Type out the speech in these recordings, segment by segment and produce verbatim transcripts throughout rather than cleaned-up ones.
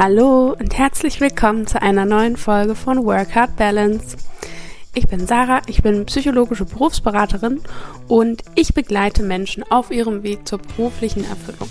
Hallo und herzlich willkommen zu einer neuen Folge von Work Hard Balance. Ich bin Sarah, ich bin psychologische Berufsberaterin und ich begleite Menschen auf ihrem Weg zur beruflichen Erfüllung.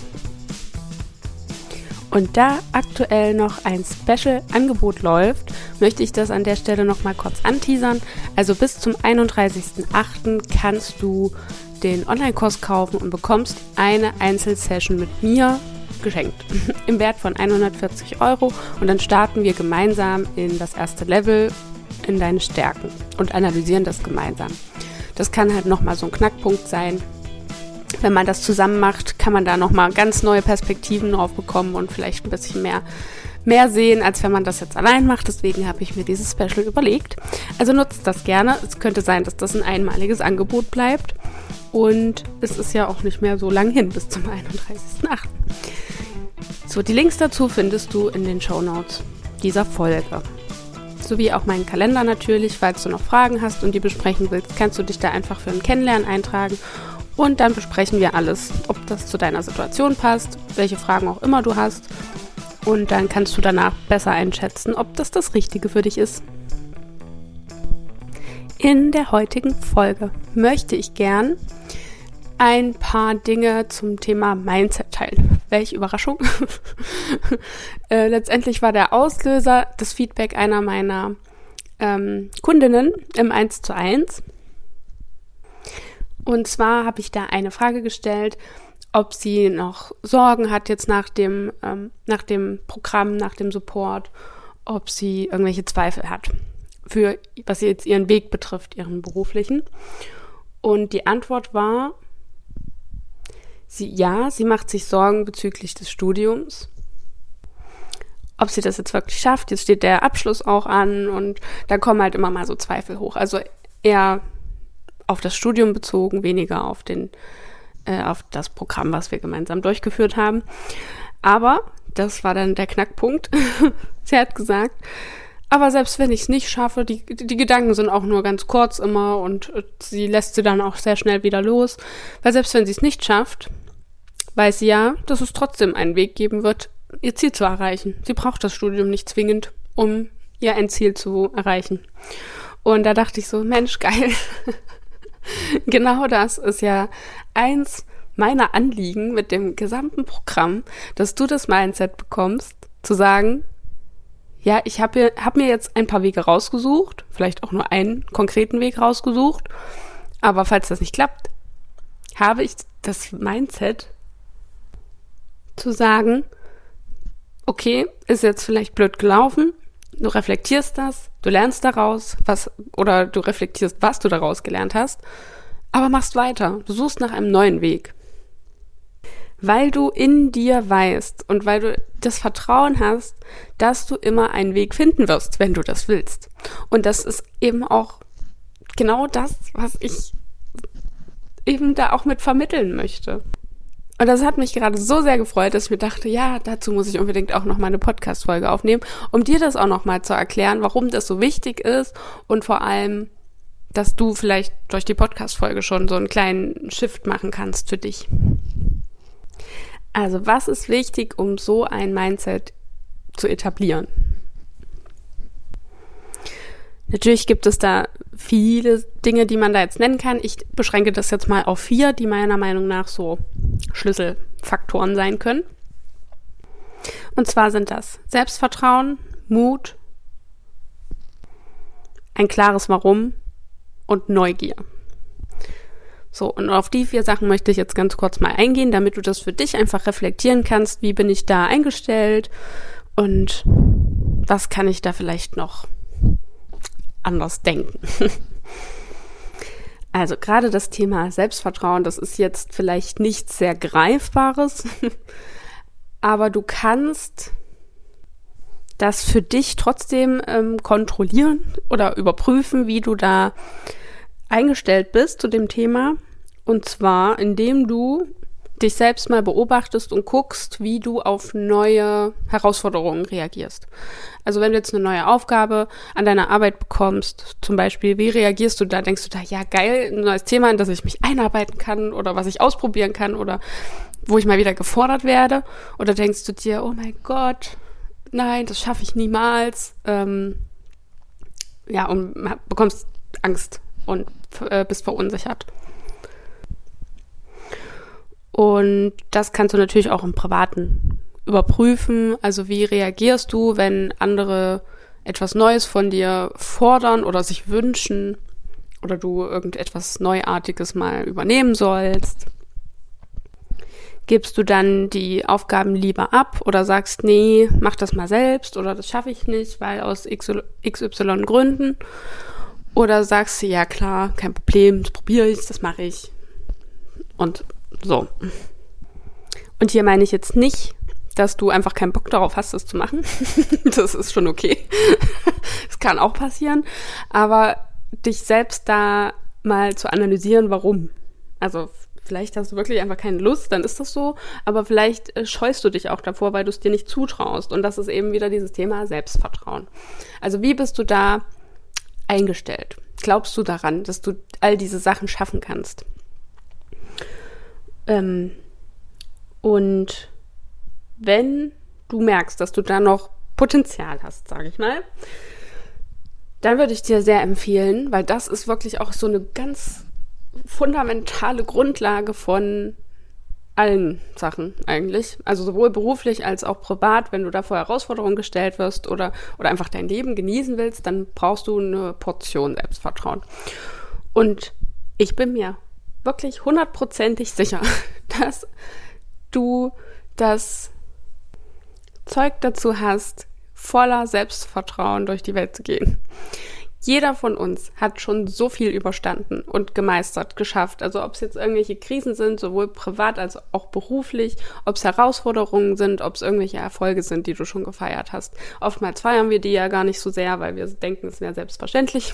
Und da aktuell noch ein Special-Angebot läuft, möchte ich das an der Stelle noch mal kurz anteasern. Also bis zum einunddreißigsten achten kannst du den Online-Kurs kaufen und bekommst eine Einzelsession mit mir geschenkt im Wert von hundertvierzig Euro und dann starten wir gemeinsam in das erste Level in deine Stärken und analysieren das gemeinsam. Das kann halt nochmal so ein Knackpunkt sein. Wenn man das zusammen macht, kann man da nochmal ganz neue Perspektiven drauf bekommen und vielleicht ein bisschen mehr, mehr sehen, als wenn man das jetzt allein macht. Deswegen habe ich mir dieses Special überlegt. Also nutzt das gerne. Es könnte sein, dass das ein einmaliges Angebot bleibt. Und es ist ja auch nicht mehr so lang hin bis zum einunddreißigsten achten So, die Links dazu findest du in den Shownotes dieser Folge. Sowie auch meinen Kalender natürlich. Falls du noch Fragen hast und die besprechen willst, kannst du dich da einfach für ein Kennenlernen eintragen. Und dann besprechen wir alles, ob das zu deiner Situation passt, welche Fragen auch immer du hast. Und dann kannst du danach besser einschätzen, ob das das Richtige für dich ist. In der heutigen Folge möchte ich gern ein paar Dinge zum Thema Mindset teilen. Welche Überraschung. äh, letztendlich war der Auslöser das Feedback einer meiner ähm, Kundinnen im eins zu eins. Und zwar habe ich da eine Frage gestellt, ob sie noch Sorgen hat jetzt nach dem, ähm, nach dem Programm, nach dem Support, ob sie irgendwelche Zweifel hat, für was jetzt ihren Weg betrifft, ihren beruflichen. Und die Antwort war, sie, ja, sie macht sich Sorgen bezüglich des Studiums. Ob sie das jetzt wirklich schafft, jetzt steht der Abschluss auch an und da kommen halt immer mal so Zweifel hoch. Also eher auf das Studium bezogen, weniger auf den, äh, auf das Programm, was wir gemeinsam durchgeführt haben. Aber das war dann der Knackpunkt. Sie hat gesagt, aber selbst wenn ich es nicht schaffe, die, die Gedanken sind auch nur ganz kurz immer und sie lässt sie dann auch sehr schnell wieder los. Weil selbst wenn sie es nicht schafft, weiß sie ja, dass es trotzdem einen Weg geben wird, ihr Ziel zu erreichen. Sie braucht das Studium nicht zwingend, um ihr Endziel zu erreichen. Und da dachte ich so, Mensch, geil. Genau das ist ja eins meiner Anliegen mit dem gesamten Programm, dass du das Mindset bekommst, zu sagen, ja, ich habe hab mir jetzt ein paar Wege rausgesucht, vielleicht auch nur einen konkreten Weg rausgesucht, aber falls das nicht klappt, habe ich das Mindset zu sagen, okay, ist jetzt vielleicht blöd gelaufen, du reflektierst das, du lernst daraus, was oder du reflektierst, was du daraus gelernt hast, aber machst weiter. Du suchst nach einem neuen Weg. Weil du in dir weißt und weil du das Vertrauen hast, dass du immer einen Weg finden wirst, wenn du das willst. Und das ist eben auch genau das, was ich eben da auch mit vermitteln möchte. Und das hat mich gerade so sehr gefreut, dass ich mir dachte, ja, dazu muss ich unbedingt auch noch mal eine Podcast-Folge aufnehmen, um dir das auch noch mal zu erklären, warum das so wichtig ist und vor allem, dass du vielleicht durch die Podcast-Folge schon so einen kleinen Shift machen kannst für dich. Also, was ist wichtig, um so ein Mindset zu etablieren? Natürlich gibt es da viele Dinge, die man da jetzt nennen kann. Ich beschränke das jetzt mal auf vier, die meiner Meinung nach so Schlüsselfaktoren sein können. Und zwar sind das Selbstvertrauen, Mut, ein klares Warum und Neugier. So, und auf die vier Sachen möchte ich jetzt ganz kurz mal eingehen, damit du das für dich einfach reflektieren kannst. Wie bin ich da eingestellt und was kann ich da vielleicht noch anders denken? Also gerade das Thema Selbstvertrauen, das ist jetzt vielleicht nichts sehr Greifbares, aber du kannst das für dich trotzdem ähm, kontrollieren oder überprüfen, wie du da eingestellt bist zu dem Thema. Und zwar, indem du dich selbst mal beobachtest und guckst, wie du auf neue Herausforderungen reagierst. Also wenn du jetzt eine neue Aufgabe an deiner Arbeit bekommst, zum Beispiel, wie reagierst du da? Denkst du da, ja geil, ein neues Thema, in das ich mich einarbeiten kann oder was ich ausprobieren kann oder wo ich mal wieder gefordert werde? Oder denkst du dir, oh mein Gott, nein, das schaffe ich niemals. Ähm, ja, und bekommst Angst und äh, bist verunsichert. Und das kannst du natürlich auch im Privaten überprüfen. Also wie reagierst du, wenn andere etwas Neues von dir fordern oder sich wünschen oder du irgendetwas Neuartiges mal übernehmen sollst? Gibst du dann die Aufgaben lieber ab oder sagst, nee, mach das mal selbst oder das schaffe ich nicht, weil aus X Y Gründen? Oder sagst du, ja klar, kein Problem, das probiere ich, das mache ich. Und so. Und hier meine ich jetzt nicht, dass du einfach keinen Bock darauf hast, das zu machen. Das ist schon okay. Das kann auch passieren. Aber dich selbst da mal zu analysieren, warum. Also vielleicht hast du wirklich einfach keine Lust, dann ist das so. Aber vielleicht äh, scheust du dich auch davor, weil du es dir nicht zutraust. Und das ist eben wieder dieses Thema Selbstvertrauen. Also wie bist du da eingestellt? Glaubst du daran, dass du all diese Sachen schaffen kannst? Ähm, und wenn du merkst, dass du da noch Potenzial hast, sage ich mal, dann würde ich dir sehr empfehlen, weil das ist wirklich auch so eine ganz fundamentale Grundlage von allen Sachen eigentlich. Also sowohl beruflich als auch privat, wenn du da vor Herausforderungen gestellt wirst oder, oder einfach dein Leben genießen willst, dann brauchst du eine Portion Selbstvertrauen. Und ich bin mir wirklich hundertprozentig sicher, dass du das Zeug dazu hast, voller Selbstvertrauen durch die Welt zu gehen. Jeder von uns hat schon so viel überstanden und gemeistert, geschafft. Also ob es jetzt irgendwelche Krisen sind, sowohl privat als auch beruflich, ob es Herausforderungen sind, ob es irgendwelche Erfolge sind, die du schon gefeiert hast. Oftmals feiern wir die ja gar nicht so sehr, weil wir denken, es wäre selbstverständlich.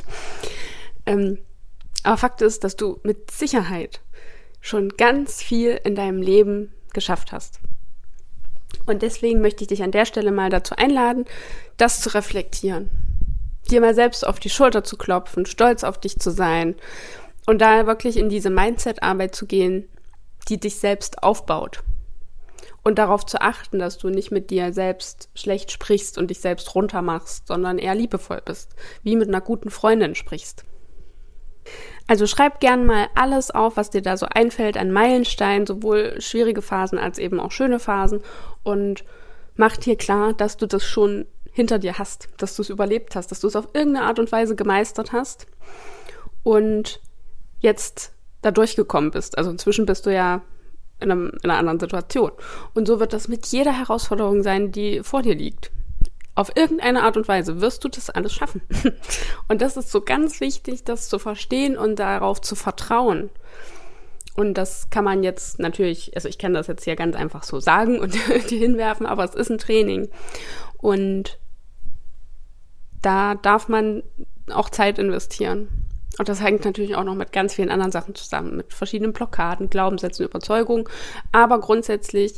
ähm, aber Fakt ist, dass du mit Sicherheit schon ganz viel in deinem Leben geschafft hast. Und deswegen möchte ich dich an der Stelle mal dazu einladen, das zu reflektieren. Dir mal selbst auf die Schulter zu klopfen, stolz auf dich zu sein und da wirklich in diese Mindset-Arbeit zu gehen, die dich selbst aufbaut. Und darauf zu achten, dass du nicht mit dir selbst schlecht sprichst und dich selbst runtermachst, sondern eher liebevoll bist, wie mit einer guten Freundin sprichst. Also schreib gern mal alles auf, was dir da so einfällt an Meilensteinen, sowohl schwierige Phasen als eben auch schöne Phasen, und mach dir klar, dass du das schon hinter dir hast, dass du es überlebt hast, dass du es auf irgendeine Art und Weise gemeistert hast und jetzt da durchgekommen bist. Also inzwischen bist du ja in, einem, in einer anderen Situation. Und so wird das mit jeder Herausforderung sein, die vor dir liegt. Auf irgendeine Art und Weise wirst du das alles schaffen. Und das ist so ganz wichtig, das zu verstehen und darauf zu vertrauen. Und das kann man jetzt natürlich, also ich kann das jetzt hier ganz einfach so sagen und dir hinwerfen, aber es ist ein Training. Und da darf man auch Zeit investieren. Und das hängt natürlich auch noch mit ganz vielen anderen Sachen zusammen, mit verschiedenen Blockaden, Glaubenssätzen, Überzeugungen. Aber grundsätzlich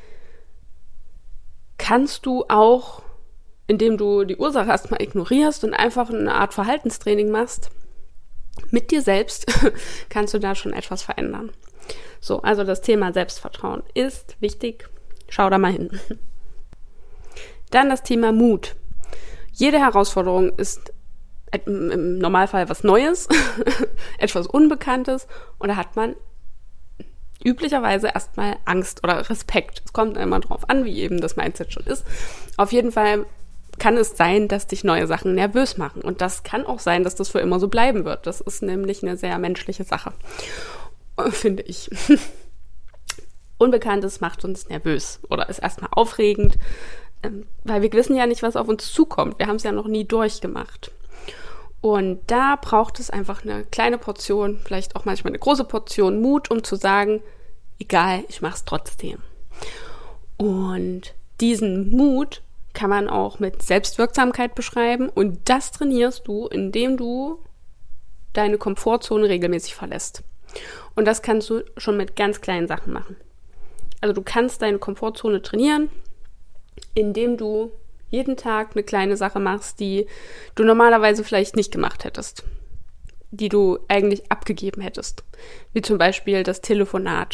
kannst du auch, indem du die Ursache erstmal ignorierst und einfach eine Art Verhaltenstraining machst, mit dir selbst, kannst du da schon etwas verändern. So, also das Thema Selbstvertrauen ist wichtig. Schau da mal hin. Dann das Thema Mut. Jede Herausforderung ist im Normalfall was Neues, etwas Unbekanntes, und da hat man üblicherweise erstmal Angst oder Respekt. Es kommt immer drauf an, wie eben das Mindset schon ist. Auf jeden Fall kann es sein, dass dich neue Sachen nervös machen. Und das kann auch sein, dass das für immer so bleiben wird. Das ist nämlich eine sehr menschliche Sache, finde ich. Unbekanntes macht uns nervös oder ist erstmal aufregend, weil wir wissen ja nicht, was auf uns zukommt. Wir haben es ja noch nie durchgemacht. Und da braucht es einfach eine kleine Portion, vielleicht auch manchmal eine große Portion Mut, um zu sagen, egal, ich mache es trotzdem. Und diesen Mut kann man auch mit Selbstwirksamkeit beschreiben, und das trainierst du, indem du deine Komfortzone regelmäßig verlässt. Und das kannst du schon mit ganz kleinen Sachen machen. Also du kannst deine Komfortzone trainieren, indem du jeden Tag eine kleine Sache machst, die du normalerweise vielleicht nicht gemacht hättest, die du eigentlich abgegeben hättest. Wie zum Beispiel das Telefonat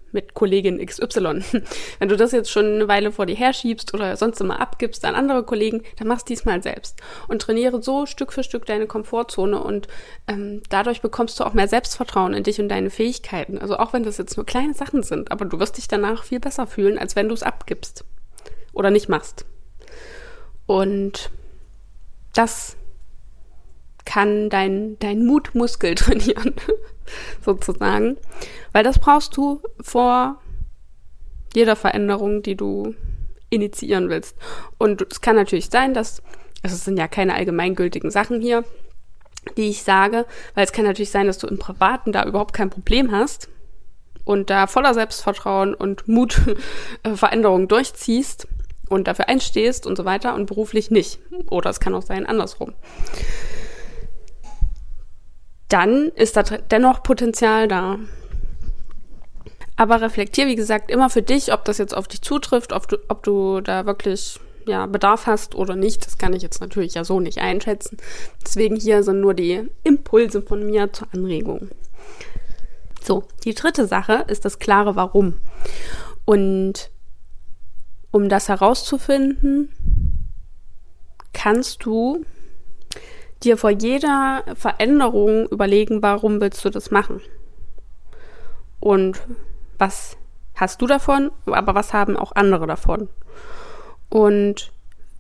mit Kollegin X Y. Wenn du das jetzt schon eine Weile vor dir herschiebst oder sonst immer abgibst an andere Kollegen, dann mach's diesmal selbst und trainiere so Stück für Stück deine Komfortzone und ähm, dadurch bekommst du auch mehr Selbstvertrauen in dich und deine Fähigkeiten. Also auch wenn das jetzt nur kleine Sachen sind, aber du wirst dich danach viel besser fühlen, als wenn du es abgibst oder nicht machst. Und das kann dein, dein Mutmuskel trainieren, sozusagen. Weil das brauchst du vor jeder Veränderung, die du initiieren willst. Und es kann natürlich sein, dass, also es sind ja keine allgemeingültigen Sachen hier, die ich sage, weil es kann natürlich sein, dass du im Privaten da überhaupt kein Problem hast und da voller Selbstvertrauen und Mut Veränderungen durchziehst und dafür einstehst und so weiter und beruflich nicht. Oder es kann auch sein, andersrum. Dann ist da dennoch Potenzial da. Aber reflektier, wie gesagt, immer für dich, ob das jetzt auf dich zutrifft, ob du, ob du da wirklich ja, Bedarf hast oder nicht. Das kann ich jetzt natürlich ja so nicht einschätzen. Deswegen hier sind nur die Impulse von mir zur Anregung. So, die dritte Sache ist das klare Warum. Und um das herauszufinden, kannst du dir vor jeder Veränderung überlegen, warum willst du das machen? Und was hast du davon, aber was haben auch andere davon? Und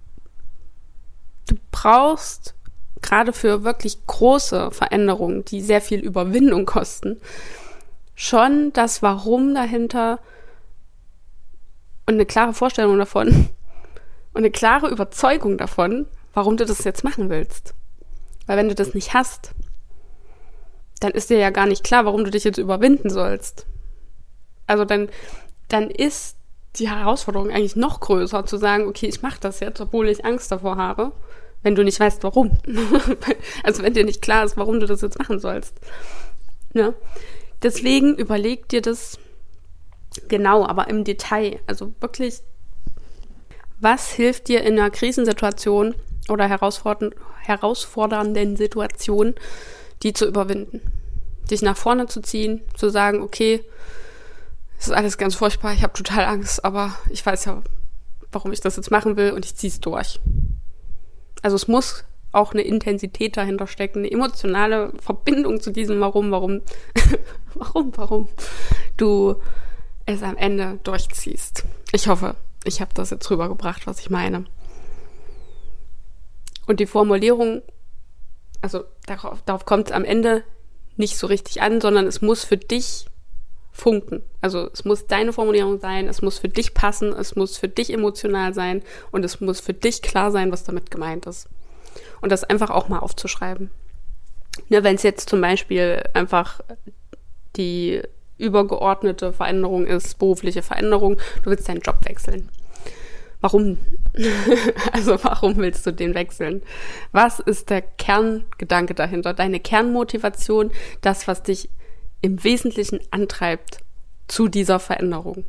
du brauchst gerade für wirklich große Veränderungen, die sehr viel Überwindung kosten, schon das Warum dahinter und eine klare Vorstellung davon und eine klare Überzeugung davon, warum du das jetzt machen willst. Weil wenn du das nicht hast, dann ist dir ja gar nicht klar, warum du dich jetzt überwinden sollst. Also dann, dann ist die Herausforderung eigentlich noch größer, zu sagen, okay, ich mache das jetzt, obwohl ich Angst davor habe, wenn du nicht weißt, warum. Also wenn dir nicht klar ist, warum du das jetzt machen sollst. Ne? Deswegen überleg dir das genau, aber im Detail. Also wirklich, was hilft dir in einer Krisensituation oder herausfordernden, herausfordernden Situation, die zu überwinden. Dich nach vorne zu ziehen, zu sagen, okay, es ist alles ganz furchtbar, ich habe total Angst, aber ich weiß ja, warum ich das jetzt machen will und ich ziehe es durch. Also es muss auch eine Intensität dahinter stecken, eine emotionale Verbindung zu diesem Warum, warum, warum, warum du es am Ende durchziehst. Ich hoffe, ich habe das jetzt rübergebracht, was ich meine. Und die Formulierung, also darauf, darauf kommt es am Ende nicht so richtig an, sondern es muss für dich funken. Also es muss deine Formulierung sein, es muss für dich passen, es muss für dich emotional sein und es muss für dich klar sein, was damit gemeint ist. Und das einfach auch mal aufzuschreiben. Ne, wenn es jetzt zum Beispiel einfach die übergeordnete Veränderung ist, berufliche Veränderung, du willst deinen Job wechseln. Warum? Also warum willst du den wechseln? Was ist der Kerngedanke dahinter? Deine Kernmotivation, das, was dich im Wesentlichen antreibt zu dieser Veränderung.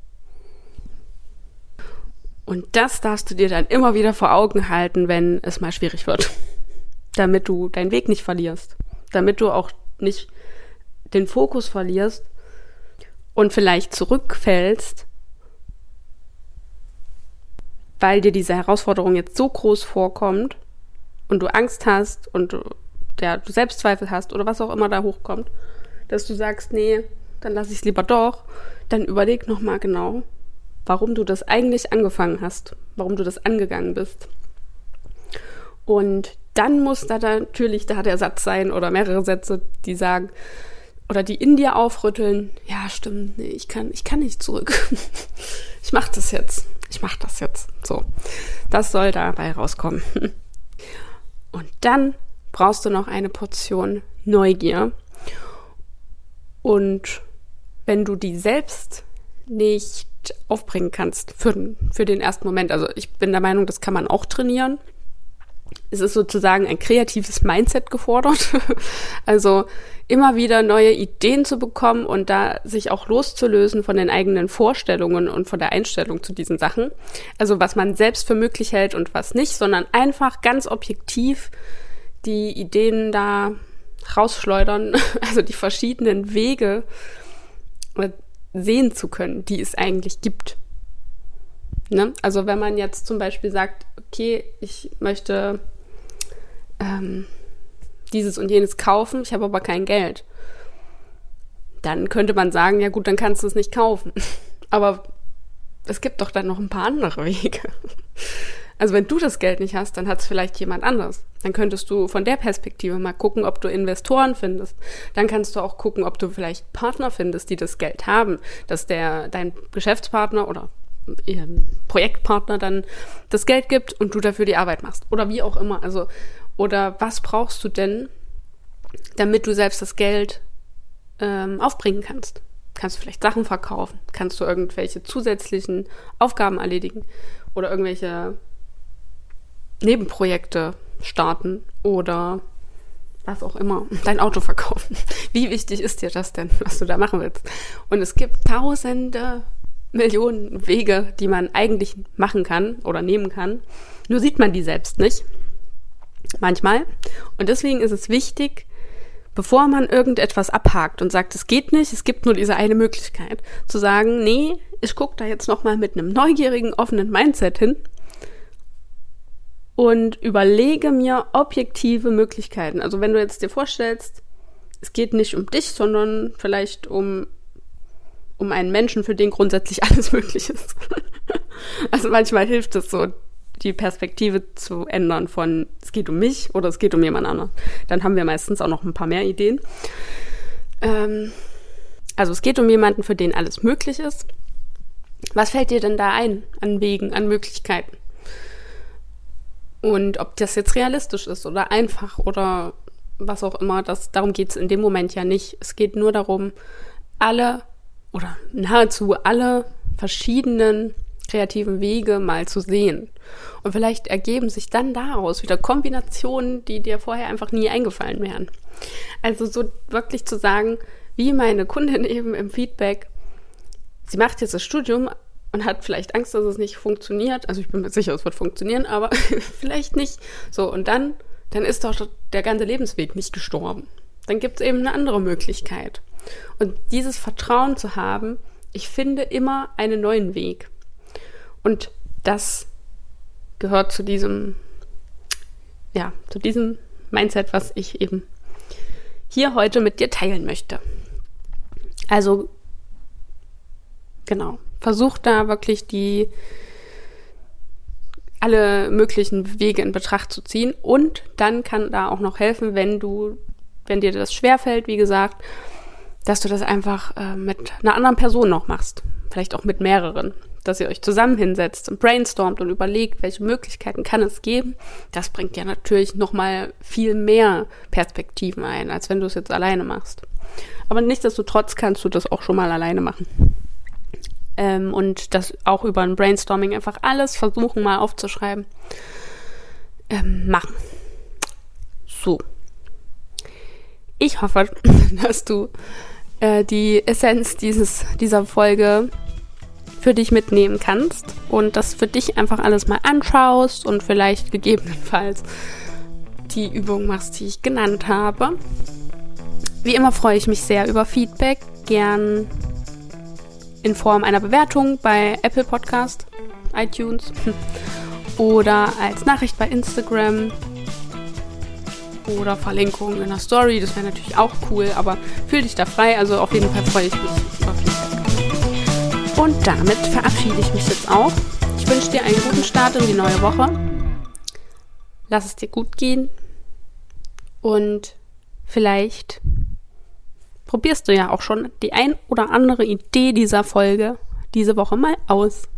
Und das darfst du dir dann immer wieder vor Augen halten, wenn es mal schwierig wird. Damit du deinen Weg nicht verlierst. Damit du auch nicht den Fokus verlierst und vielleicht zurückfällst, weil dir diese Herausforderung jetzt so groß vorkommt und du Angst hast und du, ja, du Selbstzweifel hast oder was auch immer da hochkommt, dass du sagst, nee, dann lass ich es lieber doch, dann überleg nochmal genau, warum du das eigentlich angefangen hast, warum du das angegangen bist. Und dann muss da natürlich da der Satz sein oder mehrere Sätze, die sagen oder die in dir aufrütteln, ja stimmt, nee, ich kann, ich kann nicht zurück. Ich mach das jetzt. Ich mach das jetzt. So. Das soll dabei rauskommen. Und dann brauchst du noch eine Portion Neugier. Und wenn du die selbst nicht aufbringen kannst für, für den ersten Moment, also ich bin der Meinung, das kann man auch trainieren. Es ist sozusagen ein kreatives Mindset gefordert. Also immer wieder neue Ideen zu bekommen und da sich auch loszulösen von den eigenen Vorstellungen und von der Einstellung zu diesen Sachen. Also was man selbst für möglich hält und was nicht, sondern einfach ganz objektiv die Ideen da rausschleudern, also die verschiedenen Wege sehen zu können, die es eigentlich gibt. Ne? Also wenn man jetzt zum Beispiel sagt, okay, ich möchte ähm, dieses und jenes kaufen, ich habe aber kein Geld, dann könnte man sagen, ja gut, dann kannst du es nicht kaufen. Aber es gibt doch dann noch ein paar andere Wege. Also wenn du das Geld nicht hast, dann hat es vielleicht jemand anderes. Dann könntest du von der Perspektive mal gucken, ob du Investoren findest. Dann kannst du auch gucken, ob du vielleicht Partner findest, die das Geld haben, dass der dein Geschäftspartner oder Projektpartner dann das Geld gibt und du dafür die Arbeit machst. Oder wie auch immer. Also, oder was brauchst du denn, damit du selbst das Geld ähm, aufbringen kannst? Kannst du vielleicht Sachen verkaufen? Kannst du irgendwelche zusätzlichen Aufgaben erledigen? Oder irgendwelche Nebenprojekte starten? Oder was auch immer, dein Auto verkaufen. Wie wichtig ist dir das denn, was du da machen willst? Und es gibt tausende Millionen Wege, die man eigentlich machen kann oder nehmen kann. Nur sieht man die selbst nicht. Manchmal. Und deswegen ist es wichtig, bevor man irgendetwas abhakt und sagt, es geht nicht, es gibt nur diese eine Möglichkeit, zu sagen, nee, ich gucke da jetzt nochmal mit einem neugierigen, offenen Mindset hin und überlege mir objektive Möglichkeiten. Also wenn du jetzt dir vorstellst, es geht nicht um dich, sondern vielleicht um um einen Menschen, für den grundsätzlich alles möglich ist. Also manchmal hilft es so, die Perspektive zu ändern von, es geht um mich oder es geht um jemand anderen. Dann haben wir meistens auch noch ein paar mehr Ideen. Ähm, also es geht um jemanden, für den alles möglich ist. Was fällt dir denn da ein an Wegen, an Möglichkeiten? Und ob das jetzt realistisch ist oder einfach oder was auch immer, das, darum geht es in dem Moment ja nicht. Es geht nur darum, alle oder nahezu alle verschiedenen kreativen Wege mal zu sehen. Und vielleicht ergeben sich dann daraus wieder Kombinationen, die dir vorher einfach nie eingefallen wären. Also so wirklich zu sagen, wie meine Kundin eben im Feedback, sie macht jetzt das Studium und hat vielleicht Angst, dass es nicht funktioniert. Also ich bin mir sicher, es wird funktionieren, aber vielleicht nicht. So, und dann, dann ist doch der ganze Lebensweg nicht gestorben. Dann gibt es eben eine andere Möglichkeit. Und dieses Vertrauen zu haben, ich finde immer einen neuen Weg. Und das gehört zu diesem, ja, zu diesem Mindset, was ich eben hier heute mit dir teilen möchte. Also, genau, versuch da wirklich die, alle möglichen Wege in Betracht zu ziehen. Und dann kann da auch noch helfen, wenn du, wenn dir das schwerfällt, wie gesagt, dass du das einfach äh, mit einer anderen Person noch machst. Vielleicht auch mit mehreren. Dass ihr euch zusammen hinsetzt und brainstormt und überlegt, welche Möglichkeiten kann es geben. Das bringt ja natürlich nochmal viel mehr Perspektiven ein, als wenn du es jetzt alleine machst. Aber nichtsdestotrotz kannst du das auch schon mal alleine machen. Ähm, und das auch über ein Brainstorming einfach alles versuchen mal aufzuschreiben. Ähm, machen. So. Ich hoffe, dass du äh, die Essenz dieses, dieser Folge für dich mitnehmen kannst und das für dich einfach alles mal anschaust und vielleicht gegebenenfalls die Übung machst, die ich genannt habe. Wie immer freue ich mich sehr über Feedback, gern in Form einer Bewertung bei Apple Podcast, iTunes oder als Nachricht bei Instagram oder Verlinkung in der Story. Das wäre natürlich auch cool, aber fühl dich da frei. Also auf jeden Fall freue ich mich über Feedback. Und damit verabschiede ich mich jetzt auch. Ich wünsche dir einen guten Start in die neue Woche. Lass es dir gut gehen. Und vielleicht probierst du ja auch schon die ein oder andere Idee dieser Folge diese Woche mal aus.